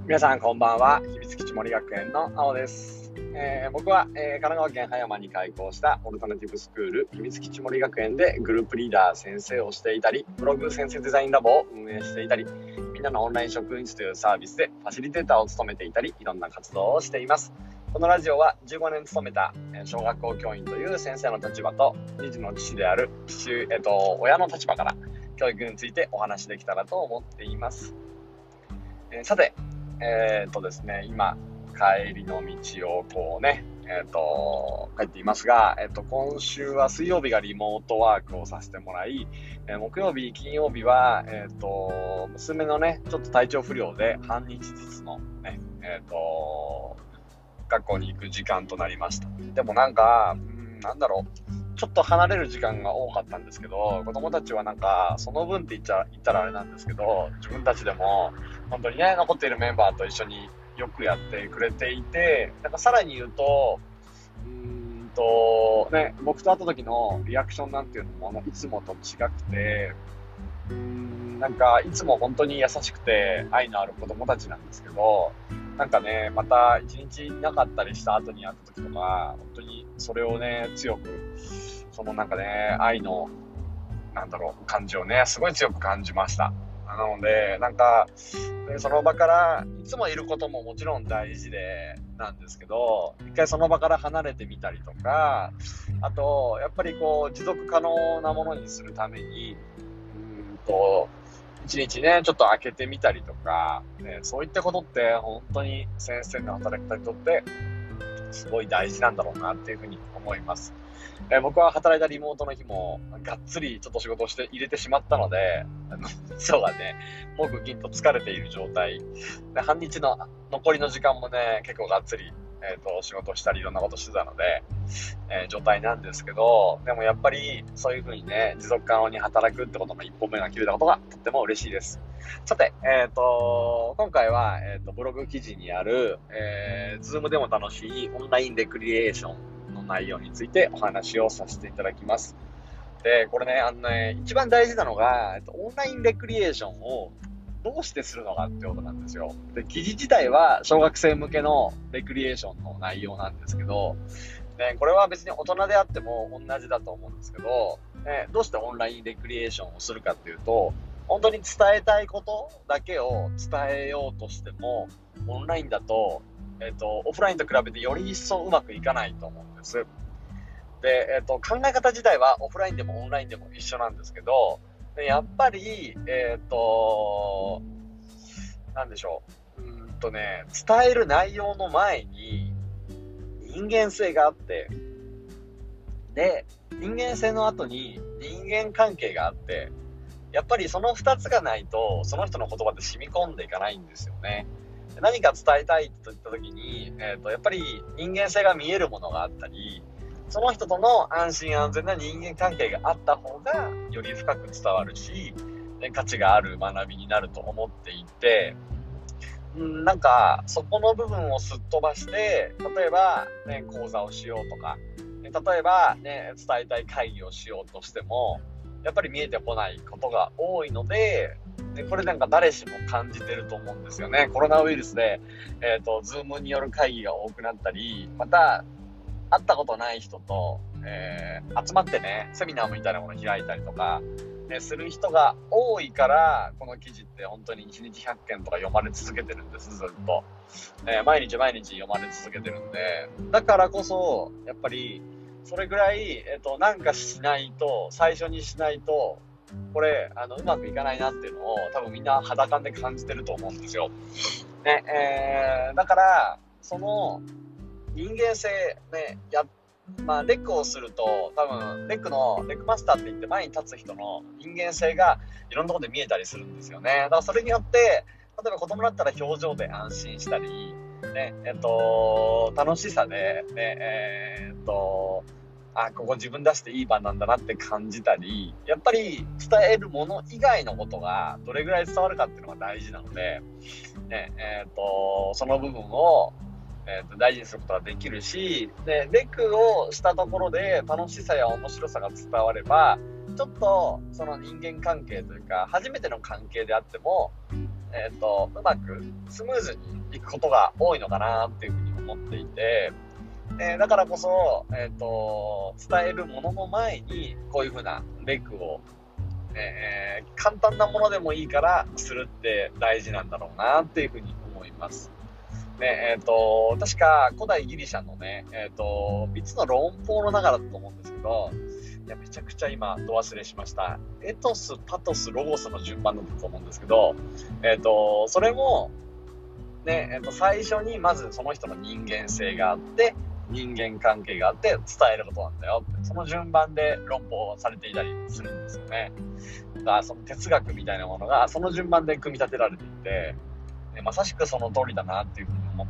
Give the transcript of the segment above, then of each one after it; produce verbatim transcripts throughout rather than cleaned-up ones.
皆さんこんばんは。秘密基地森学園の青です。えー、僕は、えー、神奈川県葉山に開校したオルタナティブスクール秘密基地森学園でグループリーダー先生をしていたり、ブログ先生デザインラボを運営していたり、みんなのオンライン職員室というサービスでファシリテーターを務めていたり、いろんな活動をしています。このラジオはじゅうごねん勤めた小学校教員という先生の立場と、に児の父である父、えっと、親の立場から教育についてお話しできたらと思っています。えー、さて、えー、っとですね、今、帰りの道をこうね、えー、っと、帰っていますが、えー、っと、今週は水曜日がリモートワークをさせてもらい、えー、木曜日、金曜日は、えー、っと、娘のね、ちょっと体調不良で半日ずつのね、えー、っと、学校に行く時間となりました。でもなんか、うん、なんだろう、ちょっと離れる時間が多かったんですけど、子供たちはなんか、その分って言っちゃ、言ったらあれなんですけど、自分たちでも、本当にね、残っているメンバーと一緒によくやってくれていて、なんかさらに言うと、うーんと、ね、僕と会った時のリアクションなんていうのも、いつもと違くて、うーん、なんか、いつも本当に優しくて愛のある子供たちなんですけど、なんかね、また一日いなかったりした後に会った時とか、本当にそれをね、強く、そのなんかね、愛の、なんだろう、感じをね、すごい強く感じました。なので、なんか、その場からいつもいることももちろん大事でなんですけど、一回その場から離れてみたりとか、あと、やっぱりこう、持続可能なものにするために、うーんと、一日ね、ちょっと空けてみたりとか、ね、そういったことって本当に先生の働き方にとってすごい大事なんだろうなっていうふうに思います。えー、僕は働いたリモートの日もがっつりちょっと仕事をして入れてしまったので、そうがね、木金と疲れている状態で、半日の残りの時間もね、結構がっつり、えーと、仕事をしたりいろんなことしてたので、えー、状態なんですけど、でもやっぱりそういう風にね、持続可能に働くってことの一歩目が切れたことがとっても嬉しいです。さて、えっと、今回は、えーと、ブログ記事にある、えー、Zoom でも楽しいオンラインレクリエーションの内容についてお話をさせていただきます。で、これね、あのね、一番大事なのが、えっと、オンラインレクリエーションをどうしてするのかってことなんですよ。で、記事自体は小学生向けのレクリエーションの内容なんですけど、ね、これは別に大人であっても同じだと思うんですけど、ね、どうしてオンラインレクリエーションをするかっていうと、本当に伝えたいことだけを伝えようとしても、オンラインだと、えっと、オフラインと比べてより一層うまくいかないと思うんです。で、えっと、考え方自体はオフラインでもオンラインでも一緒なんですけど、でやっぱり、えっと、なんでしょう。うーんとね、伝える内容の前に人間性があって、で、人間性の後に人間関係があって、やっぱりその二つがないと、その人の言葉って染み込んでいかないんですよね。何か伝えたいといった時に、えっと、やっぱり人間性が見えるものがあったり、その人との安心安全な人間関係があった方がより深く伝わるし、価値がある学びになると思っていて、んなんかそこの部分をすっ飛ばして、例えば、ね、講座をしようとか、例えば、ね、伝えたい会議をしようとしても、やっぱり見えてこないことが多いので、でこれなんか誰しも感じてると思うんですよね。コロナウイルスで、えっと、ズームによる会議が多くなったり、また、会ったことない人と、えー、集まってね、セミナーみたいなものを開いたりとか、ね、する人が多いから、この記事って本当にいちにちひゃっけんとか読まれ続けてるんです、ずっと。えー、毎日毎日読まれ続けてるんで、だからこそ、やっぱり、それぐらい、えっと、なんかしないと、最初にしないと、これ、あの、うまくいかないなっていうのを、多分みんな肌感で感じてると思うんですよ。ね、えー、だから、その、人間性、ね、や、まあ、レックをすると、多分、レックの、レックマスターって言って前に立つ人の人間性がいろんなところで見えたりするんですよね。だからそれによって、例えば子供だったら表情で安心したり、ね、えっと、楽しさで、ね、えー、っと、あ、ここ自分出していい場なんだなって感じたり、やっぱり伝えるもの以外のことがどれぐらい伝わるかっていうのが大事なので、ね、えー、っと、その部分を、えー、と大事にすることができるし、でレクをしたところで楽しさや面白さが伝われば、ちょっとその人間関係というか初めての関係であってもえっと、うまくスムーズにいくことが多いのかなっていうふうに思っていて、えー、だからこそ、えっと、伝えるものの前に、こういうふうなレクを、えー、簡単なものでもいいからするって大事なんだろうなっていうふうに思います。ね、えっと、確か古代ギリシャのね、えっと、みっつの論法の中だったと思うんですけど、いや、めちゃくちゃ今、ど忘れしました。エトス、パトス、ロゴスの順番だったと思うんですけど、えっと、それも、ね、えっと、最初にまずその人の人間性があって、人間関係があって伝えることなんだよって、その順番で論法されていたりするんですよね。だからその哲学みたいなものがその順番で組み立てられていて、ね、まさしくその通りだなっていうふうに思って、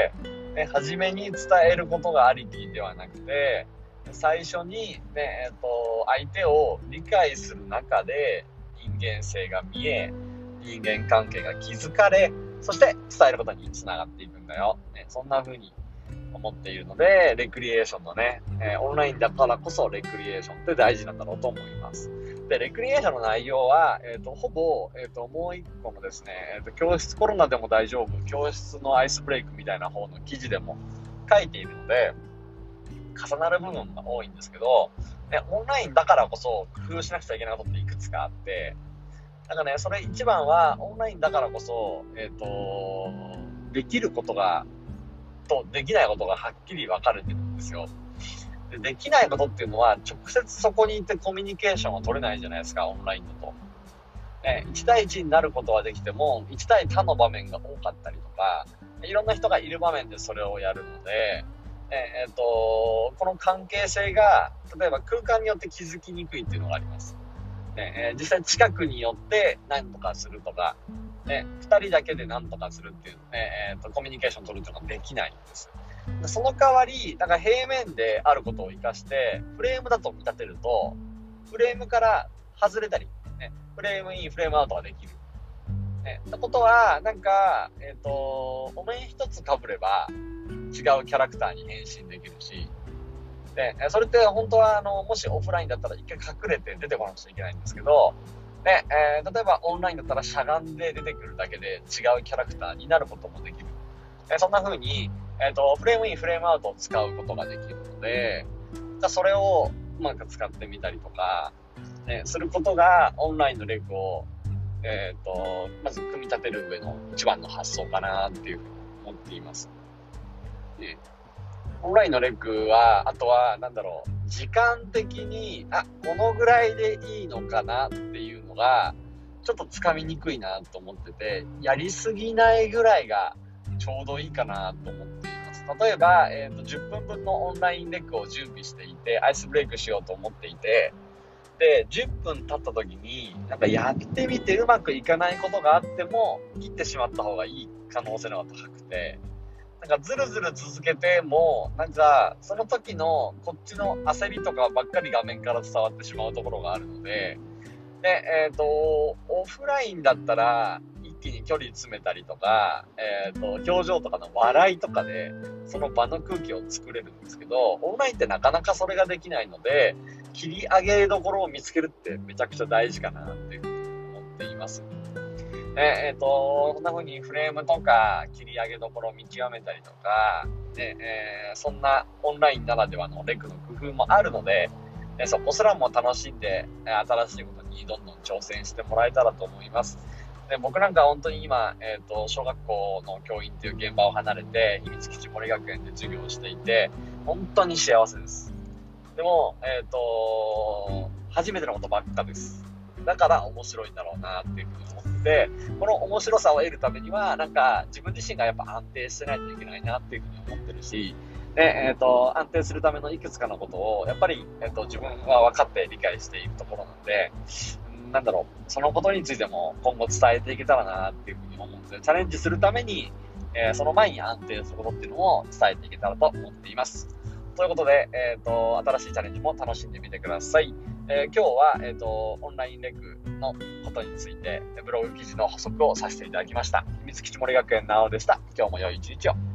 ね、初めに伝えることがありきではなくて、最初に、ねえー、と相手を理解する中で人間性が見え、人間関係が築かれ、そして伝えることにつながっていくんだよ、ね、そんな風に思っているので、レクリエーションのね、えー、オンラインだからこそレクリエーションって大事なんだろうと思います。で、レクリエーションの内容は、えー、とほぼ、えー、ともう一個のですね、えー、と教室コロナでも大丈夫、教室のアイスブレイクみたいな方の記事でも書いているので、重なる部分が多いんですけど、ね、オンラインだからこそ工夫しなくちゃいけないことっていくつかあって、なんかね、それ一番はオンラインだからこそ、えっと、できることが、とできないことがはっきり分かれてるんですよ。で、できないことっていうのは直接そこにいてコミュニケーションを取れないじゃないですか、オンラインだと。ね、いち対いちになることはできても、いち対他の場面が多かったりとか、いろんな人がいる場面でそれをやるので、えー、とこの関係性が例えば空間によって気づきにくいっていうのがあります、ねえー、実際近くによって何とかするとか、ね、ふたりだけで何とかするっていう、えー、とコミュニケーション取るっていうのができないんです。でその代わりなんか平面であることを生かしてフレームだと見立てると、フレームから外れたり、ね、フレームインフレームアウトができる、ね、ってことはなんか、えー、とお面一つかぶれば違うキャラクターに変身できるし、でそれって本当はあのもしオフラインだったら一回隠れて出てこなくちゃいけないんですけど、ねえー、例えばオンラインだったらしゃがんで出てくるだけで違うキャラクターになることもできる、えー、そんな風に、えーと、フレームインフレームアウトを使うことができるので、それをうまく使ってみたりとか、ね、することがオンラインのレクを、えーと、まず組み立てる上の一番の発想かなっていうふうに思っています。ね、オンラインのレクはあとはなんだろう、時間的にあこのぐらいでいいのかなっていうのがちょっとつかみにくいなと思ってて、やりすぎないぐらいがちょうどいいかなと思っています。例えば、えーと、じゅっぷんぶんのオンラインレクを準備していてアイスブレイクしようと思っていて、でじゅっぷん経った時になんかやってみてうまくいかないことがあっても切ってしまった方がいい可能性の方が高くて、なんかずるずる続けてもなんかその時のこっちの焦りとかばっかり画面から伝わってしまうところがあるので、で、えーと、オフラインだったら一気に距離詰めたりとか、えーと、表情とかの笑いとかでその場の空気を作れるんですけど、オンラインってなかなかそれができないので、切り上げどころを見つけるってめちゃくちゃ大事かなっていうふうに思っています。えー、とこんな風にフレームとか切り上げどころを見極めたりとか、ねえー、そんなオンラインならではのレクの工夫もあるので、ね、そこすらも楽しんで新しいことにどんどん挑戦してもらえたらと思います。で僕なんか本当に今、えー、と小学校の教員という現場を離れて秘密基地森学園で授業をしていて本当に幸せです。でも、えー、と初めてのことばっかです。だから面白いんだろうなっていうふうに思ってて、この面白さを得るためにはなんか自分自身がやっぱ安定してないといけないなっていうふうに思ってるし、で、えー、と安定するためのいくつかのことをやっぱり、えー、と自分は分かって理解しているところなので、なんだろう、そのことについても今後伝えていけたらなっていうふうに思うので、チャレンジするために、えー、その前に安定することっていうのを伝えていけたらと思っています。ということで、えー、と新しいチャレンジも楽しんでみてください。えー、今日は、えー、とオンラインレクのことについてブログ記事の補足をさせていただきました。秘密基地森学園なおでした。今日も良い一日を。